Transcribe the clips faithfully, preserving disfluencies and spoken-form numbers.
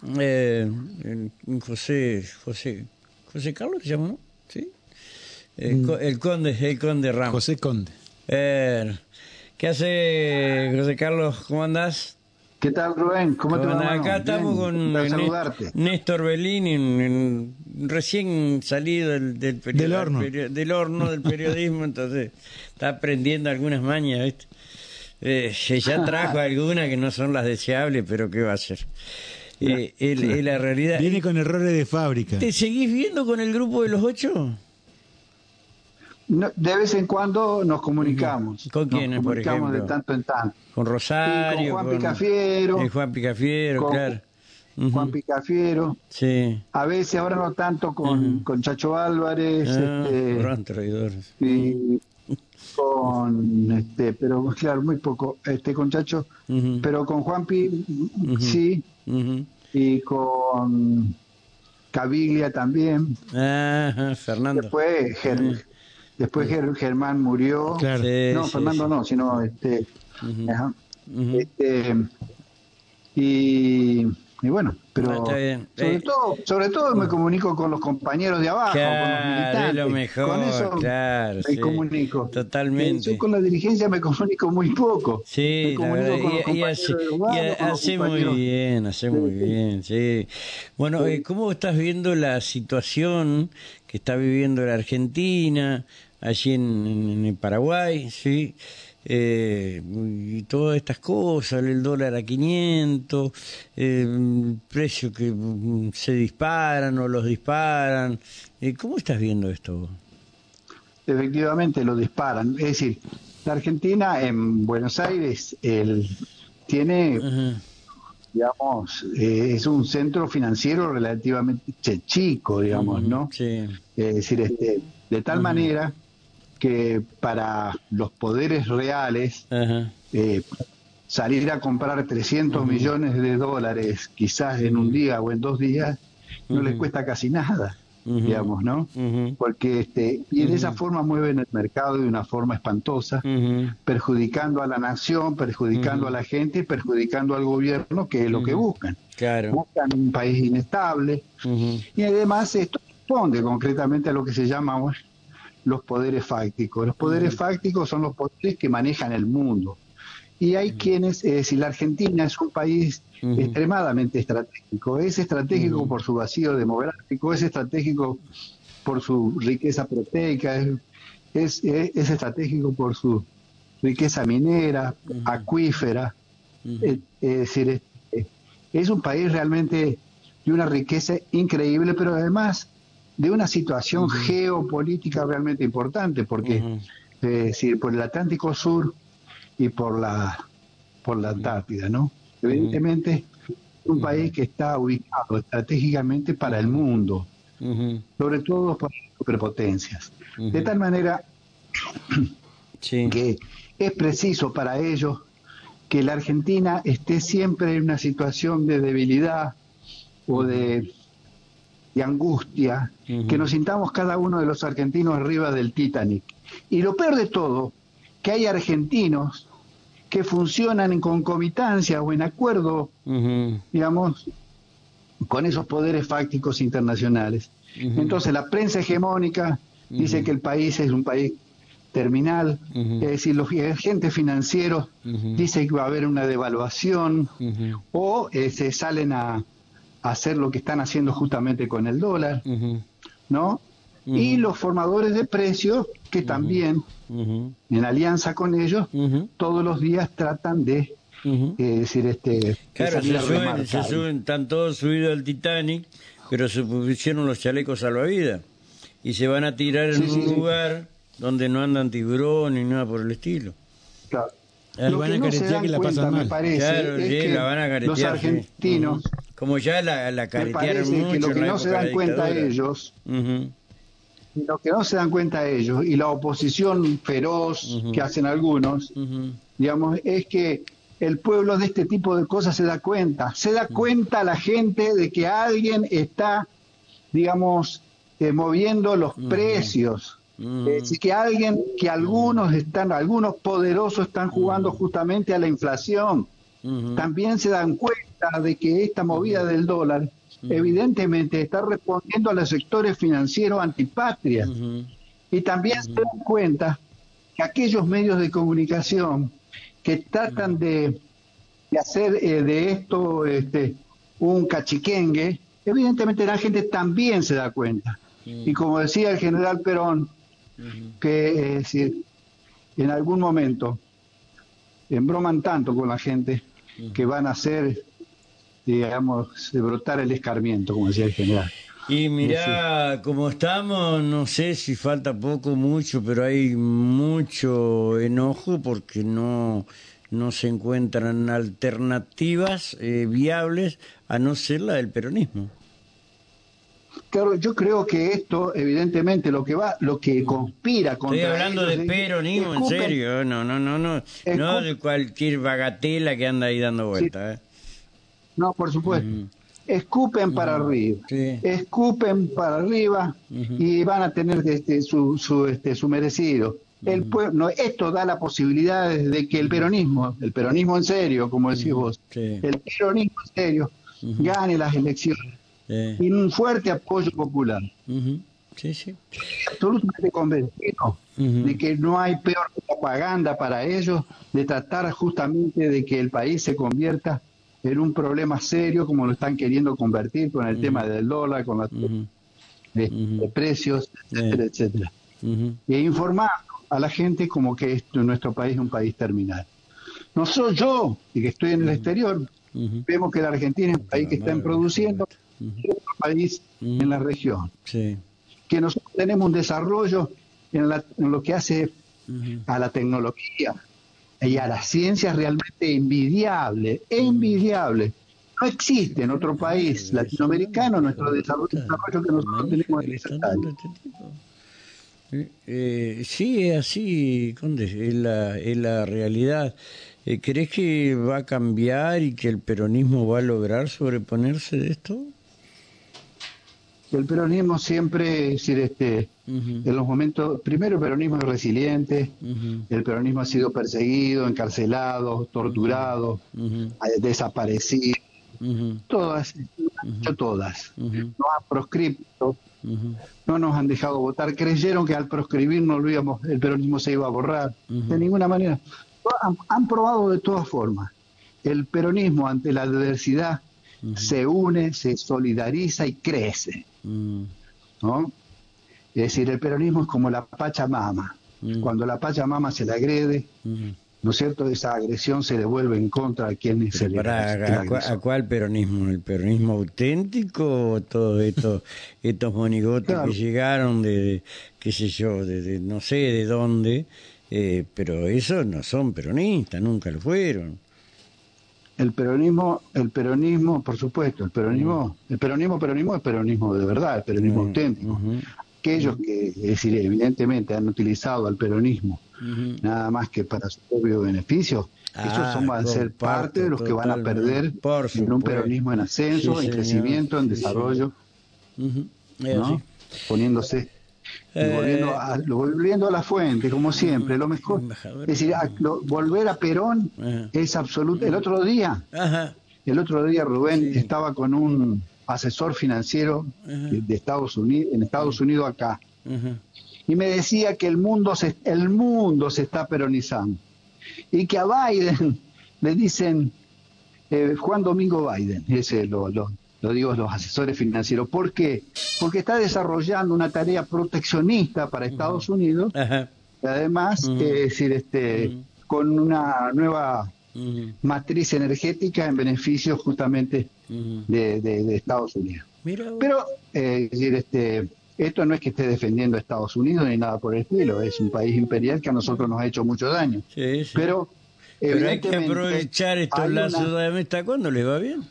Eh, José, José, José Carlos se llama, ¿no? Sí. El, mm. el conde, el conde Ramos. José Conde. Eh, ¿Qué hace José Carlos? ¿Cómo andás? ¿Qué tal, Rubén? ¿Cómo, ¿Cómo te va? Acá estamos con saludarte. Néstor Bellini, en, en, recién salido del, del, periodo, del horno, del, del, horno del periodismo, entonces está aprendiendo algunas mañas, ¿viste? Eh, ya trajo algunas que no son las deseables, pero ¿qué va a hacer? Eh, el, el, la realidad. Viene con errores de fábrica. ¿Te seguís viendo con el grupo de los ocho? No, de vez en cuando nos comunicamos. ¿Con quiénes, nos por ejemplo? de tanto en tanto. Con Rosario. Y con Juan con, Picafiero. Eh, Juan Picafiero, con, claro. Juan uh-huh. Picafiero. Sí. A veces, ahora no tanto, con, uh-huh. con Chacho Álvarez. Ah, este, gran traidor. Y con, este, pero claro, muy poco, este, con Chacho. Uh-huh. Pero con Juanpi, uh-huh. sí. Uh-huh. Y con Caviglia también. Ah, Fernando. Después, Ger- uh-huh. Después Ger- Germán murió. Claro. Sí, no, sí, Fernando sí. no, sino este, uh-huh. ajá, uh-huh. este y, y bueno, pero ah, bien. sobre eh, todo, sobre todo me comunico con los compañeros de abajo, claro, con los militantes. Es lo mejor, con eso claro, me sí, comunico. Totalmente. Yo con la dirigencia me comunico muy poco. Sí, me comunico verdad, con los y, y hace, del barrio, y con los hace muy bien, hace muy sí, bien, sí. Bueno, sí. Eh, ¿cómo estás viendo la situación que está viviendo la Argentina, allí en, en, en el Paraguay, sí? Eh, y todas estas cosas, el dólar a quinientos, eh, precios que mm, se disparan o los disparan. Eh, ¿Cómo estás viendo esto? Efectivamente lo disparan. Es decir, la Argentina en Buenos Aires el, tiene, uh-huh. digamos, eh, es un centro financiero relativamente chico, digamos, uh-huh. ¿no? Sí. Es decir, este, de tal uh-huh. manera que para los poderes reales uh-huh. eh, salir a comprar trescientos uh-huh. millones de dólares quizás en un día o en dos días no uh-huh. les cuesta casi nada, uh-huh. digamos, ¿no? Uh-huh. Porque este y de uh-huh. esa forma mueven el mercado de una forma espantosa, uh-huh. perjudicando a la nación, perjudicando uh-huh. a la gente y perjudicando al gobierno, que es lo uh-huh. que buscan. Claro. Buscan un país inestable uh-huh. y además esto responde concretamente a lo que se llama los poderes fácticos. Los poderes uh-huh. fácticos son los poderes que manejan el mundo. Y hay uh-huh. quienes, es decir, la Argentina es un país uh-huh. extremadamente estratégico. Es estratégico uh-huh. por su vacío demográfico, es estratégico por su riqueza proteica, es, es, es estratégico por su riqueza minera, uh-huh. acuífera. Uh-huh. Es, es decir, es, es un país realmente de una riqueza increíble, pero además de una situación uh-huh. geopolítica realmente importante, porque uh-huh. es decir, por el Atlántico Sur y por la por la Antártida, ¿no? Uh-huh. Evidentemente es un uh-huh. país que está ubicado estratégicamente para uh-huh. el mundo, uh-huh. sobre todo por las superpotencias. Uh-huh. De tal manera sí. que es preciso para ellos que la Argentina esté siempre en una situación de debilidad uh-huh. o de de angustia, uh-huh. que nos sintamos cada uno de los argentinos arriba del Titanic. Y lo peor de todo, que hay argentinos que funcionan en concomitancia o en acuerdo, uh-huh. digamos, con esos poderes fácticos internacionales. Uh-huh. Entonces la prensa hegemónica uh-huh. dice que el país es un país terminal, uh-huh. es decir, los agentes financieros uh-huh. dicen que va a haber una devaluación, uh-huh. o eh, se salen a hacer lo que están haciendo justamente con el dólar, uh-huh. ¿no? Uh-huh. Y los formadores de precios, que uh-huh. también, uh-huh. en alianza con ellos, uh-huh. todos los días tratan de, uh-huh. eh, decir, este... Claro, se suben, se suben, están todos subidos al Titanic, pero se pusieron los chalecos salvavidas, y se van a tirar en sí, un sí, lugar sí. donde no andan tiburones ni nada por el estilo. Claro. Lo van a no caretear que la cuenta, pasan mal. Me parece, claro, es sí, que la van a caretear. Los argentinos... Sí. Uh-huh. Como ya la, la caretearon mucho. Que lo que no se dan cuenta ellos, uh-huh. lo que no se dan cuenta ellos, y la oposición feroz uh-huh. que hacen algunos, uh-huh. digamos, es que el pueblo de este tipo de cosas se da cuenta. Se da uh-huh. cuenta la gente de que alguien está, digamos, eh, moviendo los uh-huh. precios. Uh-huh. Es decir, que alguien, que algunos están, algunos poderosos están jugando uh-huh. justamente a la inflación. Uh-huh. También se dan cuenta cuenta de que esta movida del dólar uh-huh. evidentemente está respondiendo a los sectores financieros antipatria. Uh-huh. Y también uh-huh. se dan cuenta que aquellos medios de comunicación que tratan uh-huh. de, de hacer eh, de esto este, un cachiquengue, evidentemente la gente también se da cuenta. Uh-huh. Y como decía el general Perón, uh-huh. que es decir, en algún momento embroman tanto con la gente uh-huh. que van a hacer, digamos, de brotar el escarmiento, como decía el general. Y mirá, sí. como estamos, no sé si falta poco, mucho, pero hay mucho enojo porque no, no se encuentran alternativas eh, viables a no ser la del peronismo. Claro, yo creo que esto, evidentemente, lo que va, lo que conspira contra Estoy hablando ellos, de peronismo, escupen, en serio, no, no, no, no, escupen, no de cualquier bagatela que anda ahí dando vueltas. Sí. ¿eh? No, por supuesto. Mm. Escupen uh-huh. para arriba, sí. escupen para arriba uh-huh. y van a tener este, su, su, este, su merecido. Uh-huh. El pueblo, esto da la posibilidad de que el peronismo, el peronismo en serio, como decís uh-huh. vos, sí. el peronismo en serio, uh-huh. gane las elecciones. Sí. Y un fuerte apoyo popular. Uh-huh. Sí, sí. Absolutamente convencido uh-huh. de que no hay peor propaganda para ellos de tratar justamente de que el país se convierta en un problema serio como lo están queriendo convertir con el uh-huh. tema del dólar, con los uh-huh. de, uh-huh. de precios, etcétera, yeah. etcétera. Uh-huh. E informando a la gente como que esto, nuestro país es un país terminal. No soy yo, y que estoy en el uh-huh. exterior, uh-huh. vemos que la Argentina es un país que está produciendo, uh-huh. es un país uh-huh. en la región. Sí. Que nosotros tenemos un desarrollo en, la, en lo que hace uh-huh. a la tecnología y a la ciencia realmente envidiable, envidiable. No existe en otro país latinoamericano nuestro desarrollo, desarrollo que nosotros tenemos en esta área. Eh, sí, es así, Conde, es la, es la realidad. Eh, ¿Crees que va a cambiar y que el peronismo va a lograr sobreponerse de esto? El peronismo siempre, es decir, este, uh-huh. en los momentos, primero el peronismo es resiliente, uh-huh. el peronismo ha sido perseguido, encarcelado, torturado, uh-huh. desaparecido, uh-huh. todas, uh-huh. todas, uh-huh. nos han proscripto, uh-huh. no nos han dejado votar, creyeron que al proscribir no lo íbamos, el peronismo se iba a borrar, uh-huh. de ninguna manera. Han, han probado de todas formas. El peronismo ante la adversidad uh-huh. se une, se solidariza y crece. Uh-huh. ¿No? Es decir, el peronismo es como la Pachamama. Uh-huh. Cuando la Pachamama se le agrede, uh-huh. ¿no es cierto? Esa agresión se devuelve en contra de quien se le agrede. ¿A cuál peronismo? ¿El peronismo auténtico o todos estos, estos monigotes claro. que llegaron de, de, qué sé yo, de, de no sé de dónde? Eh, pero esos no son peronistas, nunca lo fueron. El peronismo, el peronismo, por supuesto, el peronismo, uh-huh. el peronismo, peronismo es peronismo de verdad, el peronismo uh-huh. auténtico. Uh-huh. Aquellos que, es decir, evidentemente han utilizado al peronismo uh-huh. nada más que para su propio beneficio, ah, ellos son, van a ser parte de los que van a perder en un peronismo en ascenso, sí, en crecimiento, en desarrollo, sí, sí. Uh-huh. ¿no? Poniéndose... Eh, volviendo, a, volviendo a la fuente, como siempre, lo mejor, es decir, a, lo, volver a Perón ajá. es absoluto. El otro día, ajá. el otro día Rubén sí. estaba con un asesor financiero de, de Estados Unidos, en Estados ajá. Unidos acá, ajá. y me decía que el mundo se, el mundo se está peronizando y que a Biden le dicen eh, Juan Domingo Biden, ese lo, lo lo digo los asesores financieros. ¿Por qué? Porque está desarrollando una tarea proteccionista para Estados uh-huh. Unidos, uh-huh. y además, uh-huh. es decir, este, uh-huh. con una nueva uh-huh. matriz energética en beneficio justamente uh-huh. de, de, de Estados Unidos. Mira, pero, eh, es decir, este, esto no es que esté defendiendo a Estados Unidos ni nada por el estilo, es un país imperial que a nosotros nos ha hecho mucho daño. Sí, sí. Pero, pero hay que aprovechar estos lazos una... de amistad cuando les va bien.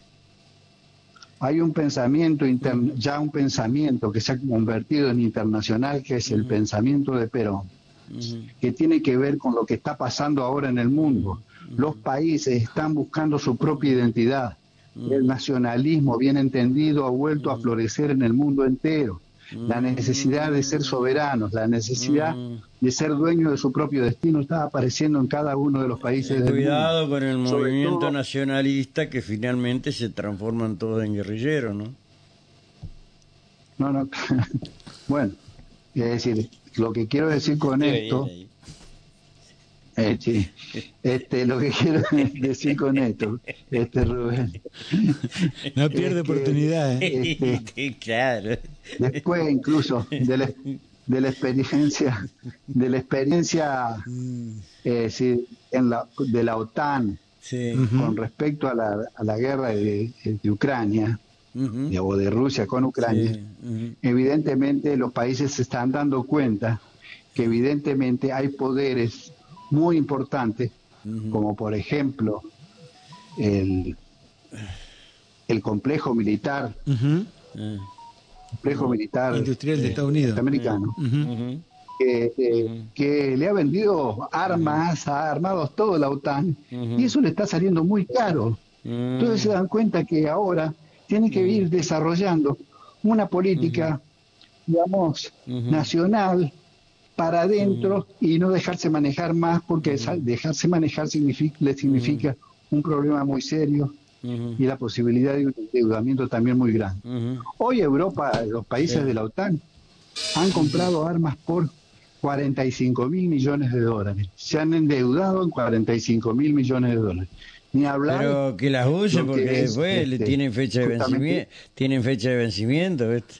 Hay un pensamiento interno, ya un pensamiento que se ha convertido en internacional, que es el uh-huh. pensamiento de Perón, uh-huh. que tiene que ver con lo que está pasando ahora en el mundo. Uh-huh. Los países están buscando su propia identidad. Uh-huh. El nacionalismo, bien entendido, ha vuelto uh-huh. a florecer en el mundo entero. la necesidad de ser soberanos, la necesidad de ser dueños de su propio destino está apareciendo en cada uno de los países del mundo. Cuidado con el Sobre movimiento todo, nacionalista que finalmente se transforman todos en guerrilleros, ¿no? No, no. Bueno, es decir, lo que quiero decir con esto, eh, sí, este, lo que quiero decir con esto, este Rubén, no pierde es que, oportunidad, ¿eh? este, Claro. después incluso de la, de la experiencia, de la experiencia, eh, sí, en la, de la OTAN, Sí. con respecto a la, a la guerra de, de Ucrania, Uh-huh. de, o de Rusia con Ucrania, Sí. Uh-huh. evidentemente los países se están dando cuenta que evidentemente hay poderes muy importantes, Uh-huh. como por ejemplo el, el complejo militar, Uh-huh. Uh-huh. complejo militar Industrial de eh, Estados Unidos. norteamericano, Uh-huh. Uh-huh. que, eh, Ujú. que le ha vendido armas, ha armado todo la OTAN, Ujú. y eso le está saliendo muy caro. Uh-huh. Entonces se dan cuenta que ahora tienen que ir desarrollando una política, digamos, Ujú. nacional para adentro y no dejarse manejar más, porque esa- dejarse manejar significa, le significa un problema muy serio Uh-huh. y la posibilidad de un endeudamiento también muy grande. Uh-huh. Hoy Europa, los países Sí. de la OTAN, han comprado armas por cuarenta y cinco mil millones de dólares. Se han endeudado en cuarenta y cinco mil millones de dólares. Ni hablar. Pero que las use lo que porque es, después le este, tienen fecha de justamente- vencimiento, tienen fecha de vencimiento, ¿viste?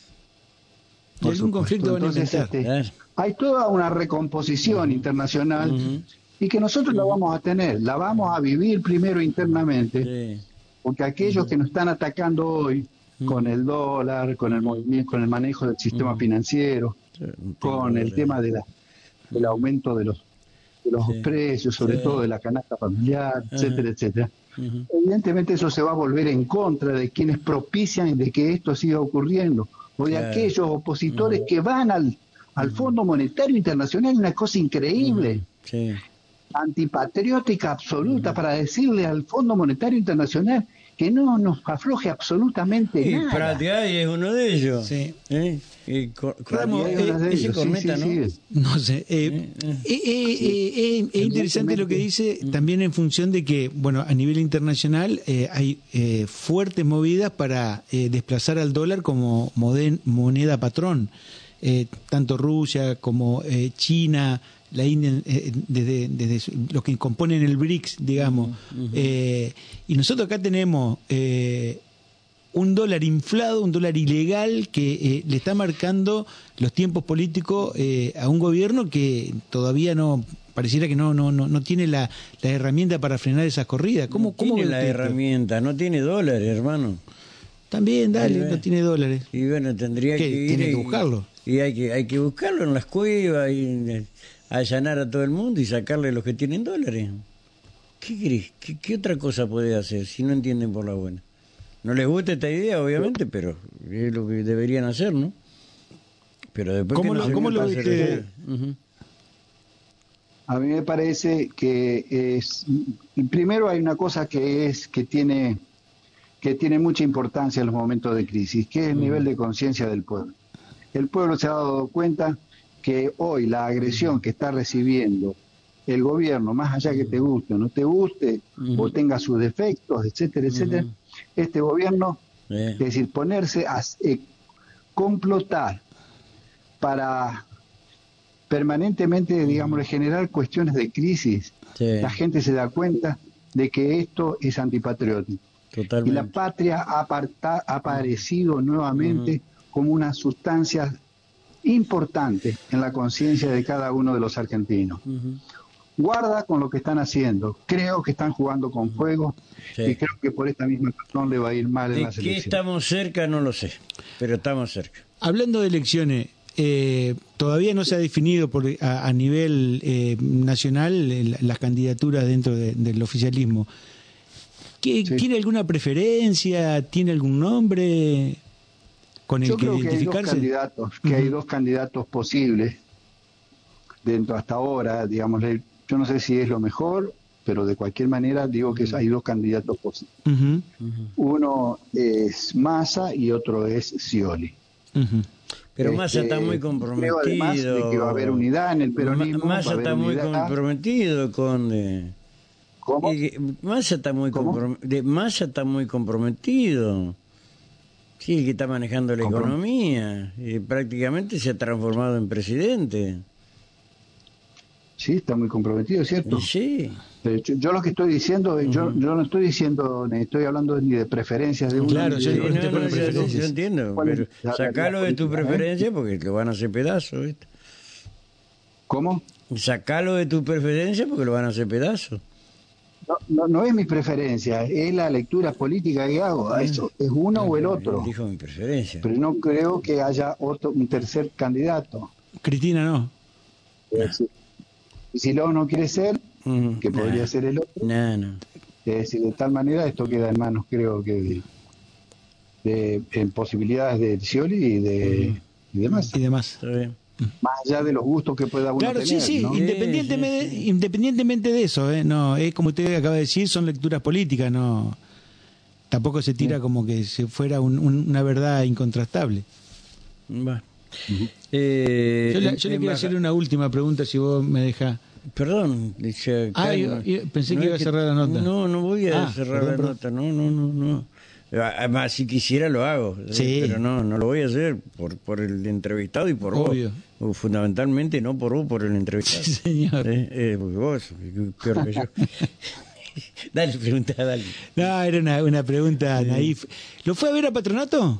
Y algún supuesto. conflicto van a Entonces, inventar. este, Claro. hay toda una recomposición internacional Ujú. y que nosotros la vamos a tener, la vamos a vivir primero internamente, Sí. porque aquellos que nos están atacando hoy con el dólar, con el movimiento, con el manejo del sistema financiero, Sí, no tengo con el idea. tema de la, del aumento de los de los Sí. precios, sobre Sí. todo de la canasta familiar, etcétera, etcétera. Ujú. Evidentemente eso se va a volver en contra de quienes propician de que esto siga ocurriendo, o de Claro. aquellos opositores que van al, al Fondo Monetario Internacional, una cosa increíble, Sí. antipatriótica absoluta, para decirle al Fondo Monetario Internacional que no nos afloje absolutamente Y nada. Pratgay es uno de ellos. Sí. ¿Eh? Y cor- cor- Ramos, Y hay una eh, de ese ellos, sí, corneta, sí, ¿no? sí. No sé. Eh, eh, eh, eh, eh, es interesante lo que dice, también en función de que, bueno, a nivel internacional eh, hay eh, fuertes movidas para eh, desplazar al dólar como moden- moneda patrón. Eh, tanto Rusia como eh, China, la India, eh, desde, desde su- los que componen el BRICS, digamos. Eh, y nosotros acá tenemos eh, un dólar inflado, un dólar ilegal que eh, le está marcando los tiempos políticos eh, a un gobierno que todavía no pareciera que no no no, no tiene la, la herramienta para frenar esas corridas. ¿Cómo, No cómo tiene ve la usted esto? herramienta, no tiene dólares, hermano. También, dale, Ahí ve. no tiene dólares. Y bueno, tendría ¿Qué? que ir Tiene que y- buscarlo. Y hay que hay que buscarlo en las cuevas y eh, allanar a todo el mundo y sacarle los que tienen dólares. ¿Qué querés? ¿Qué, qué otra cosa puede hacer si no entienden por la buena? No les gusta esta idea, obviamente, pero es lo que deberían hacer, ¿no? Pero después ¿Cómo que lo- no se cómo me lo pase viste? el- Ujú. A mí me parece que es, y primero hay una cosa que es que tiene que tiene mucha importancia en los momentos de crisis, que es el nivel de conciencia del pueblo. El pueblo se ha dado cuenta que hoy la agresión que está recibiendo el gobierno, más allá que te guste o no te guste, o tenga sus defectos, etcétera, etcétera, este gobierno, Eh, es decir, ponerse a eh, complotar para permanentemente, digamos, generar cuestiones de crisis, sí, la gente se da cuenta de que esto es antipatriótico. Y la totalmente. patria ha, aparta- ha aparecido nuevamente como una sustancia importante en la conciencia de cada uno de los argentinos. Ujú. Guarda con lo que están haciendo. Creo que están jugando con fuego Sí. y creo que por esta misma razón le va a ir mal en ¿De las qué elecciones. estamos cerca? No lo sé, pero estamos cerca. Hablando de elecciones, eh, todavía no se ha definido por, a, a nivel eh, nacional eh, las candidaturas dentro de- del oficialismo. ¿Qué- Sí. ¿Tiene alguna preferencia? ¿Tiene algún nombre con el Yo que creo que hay dos identificarse? candidatos, que hay dos candidatos posibles dentro hasta ahora, digamos, yo no sé si es lo mejor, pero de cualquier manera digo que hay dos candidatos posibles. Ujú, Uno es Massa y otro es Scioli. ujú. Pero Massa Este, está muy creo comprometido. además de que va a haber unidad en el peronismo. Ma- Massa va a haber está muy unidad. comprometido, Conde. ¿Cómo? Y que- Massa está muy ¿Cómo? comprom- de- Massa está muy comprometido. Sí, el que está manejando la Comprom- economía. Y prácticamente se ha transformado en presidente. Sí, está muy comprometido, ¿cierto? Y sí. Pero yo, yo lo que estoy diciendo, es- yo, yo no estoy diciendo, ni estoy hablando ni de preferencias de uno. Claro, ni yo de- Sí, pregunté no, por no, las ya- ya- preferencias. yo entiendo, ¿Cuál es pero la sacalo realidad de tu política, eh? preferencia porque lo van a hacer pedazos, ¿viste? ¿Cómo? Sacalo de tu preferencia porque lo van a hacer pedazos. No, no, no es mi preferencia, es la lectura política que hago. Eso es uno o el otro. Él dijo mi preferencia. Pero no creo que haya otro, un tercer candidato. Cristina no. Es decir, y si luego no quiere ser, Ujú. que podría Nah. ser el otro. No, no. Es decir, de tal manera esto queda en manos, creo que, de, de- en posibilidades de Scioli y de y demás. Y demás. Está bien. Más allá de los gustos que pueda uno Claro, tener, sí, sí, ¿no? independientemente, Sí, sí, sí. independientemente de eso, ¿eh? No, es como usted acaba de decir, son lecturas políticas, no, tampoco se tira como que si fuera un- un- una verdad incontrastable. Va. Eh, Yo, le, en- yo le en quiero baja- hacer una última pregunta, si vos me dejas. Perdón, dice Ah, acá, yo- no- yo pensé no que es iba a cerrar la nota. No, no voy a Ah, cerrar perdón, la perdón. nota, no, no, no, no. Además, si quisiera lo hago, ¿eh? Sí. Pero no, no lo voy a hacer por, por el entrevistado y por Obvio. vos. O fundamentalmente no por vos, por el entrevistado. Sí, señor. Eh, eh, porque vos, peor que yo. Dale, pregunta, dale. No, era una, una pregunta naif. ¿Lo fue a ver a Patronato?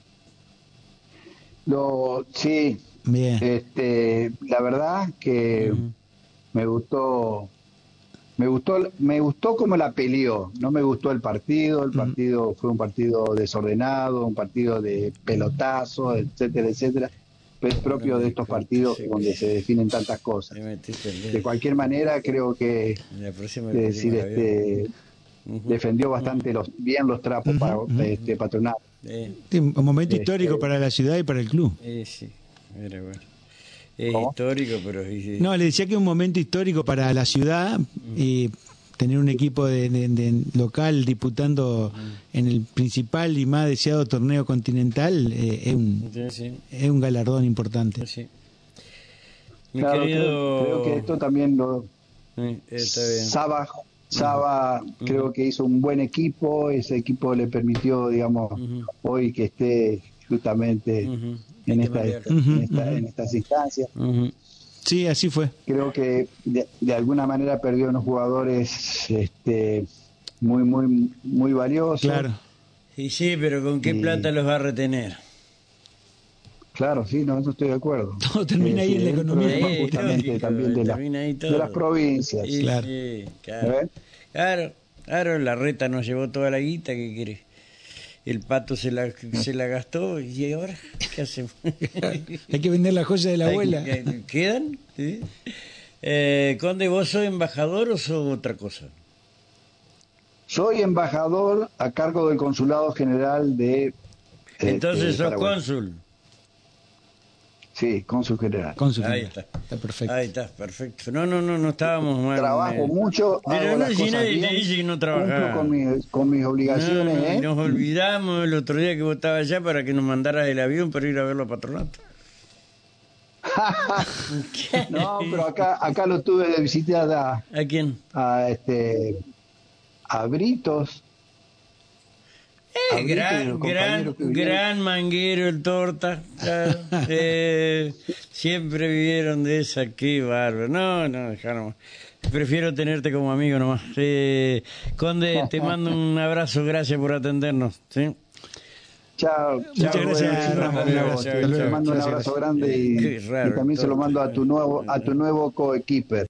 Lo, sí, Bien. este, la verdad que me gustó, me gustó, me gustó como la peleó. No me gustó el partido. El partido fue un partido desordenado, un partido de pelotazo, etcétera, etcétera. Es propio de estos partidos donde se definen tantas cosas. Te metiste el dedo. De cualquier manera, creo que La próxima es vez decir, pedimos el avión. este, defendió bastante los, bien los trapos Ujú, para ujú. este Patronato. Eh, Sí, un momento Este- histórico para la ciudad y para el club. eh, sí, era bueno. Es ¿Cómo? histórico, pero... sí, No, le decía que un momento histórico para la ciudad y tener un equipo de, de- de local disputando en el principal y más deseado torneo continental eh, es, un, sí, sí, es un galardón importante. sí. Mi Claro, querido... creo, creo que esto también lo, Sí, está bien. Saba, Saba creo que hizo un buen equipo, ese equipo le permitió, digamos, Ujú. hoy que esté justamente Ujú. en, Este esta, material. en, esta- Ujú, en estas instancias. Ujú. Sí, así fue. Creo que de, de alguna manera perdió unos jugadores este, muy, muy, muy valiosos. Claro. Y sí, pero ¿con qué Sí. plata los va a retener? Claro, sí, no, eso estoy de acuerdo. Todo termina ahí en la dentro economía. de- Sí, justamente lógico, también de, la- termina ahí todo. de las provincias. Sí, Claro. sí, claro. ¿Eh? Claro, claro, la reta nos llevó toda la guita, ¿qué quiere? El pato se la, se la gastó y ahora, ¿qué hacemos? Hay que vender la joya de la Hay abuela. que- que- ¿Quedan? ¿Sí? Eh, Conde, ¿vos sos embajador o sos otra cosa? Soy embajador a cargo del Consulado General de... Entonces este, sos Paraguay. cónsul. Sí, cónsul general. Cónsul. Ahí está. Está perfecto. Ahí está, perfecto. No, no, no, no estábamos mal. Trabajo eh. mucho, Pero hago no, las si cosas nadie te bien, dice que no cumplo trabajás. con mis, con mis obligaciones, No, no, ¿eh? y nos olvidamos el otro día que vos estabas allá para que nos mandaras el avión para ir a verlo a Patronato. No, pero acá acá lo tuve de visitar a, ¿A quién? a este a Britos. Eh, A Brito y gran, los gran, compañeros que vinieron. gran manguero el torta. Claro. Eh, siempre vivieron de esa, qué bárbaro. No, no, dejaron. Prefiero tenerte como amigo nomás. Eh, Conde, te mando un abrazo, gracias por atendernos. ¿sí? Chao. Muchas chao, gracias, bueno, Ramón. te- Chao, te chao, mando un chao. abrazo grande y, Qué raro y también se lo todo mando a esto. tu nuevo a tu nuevo coequiper.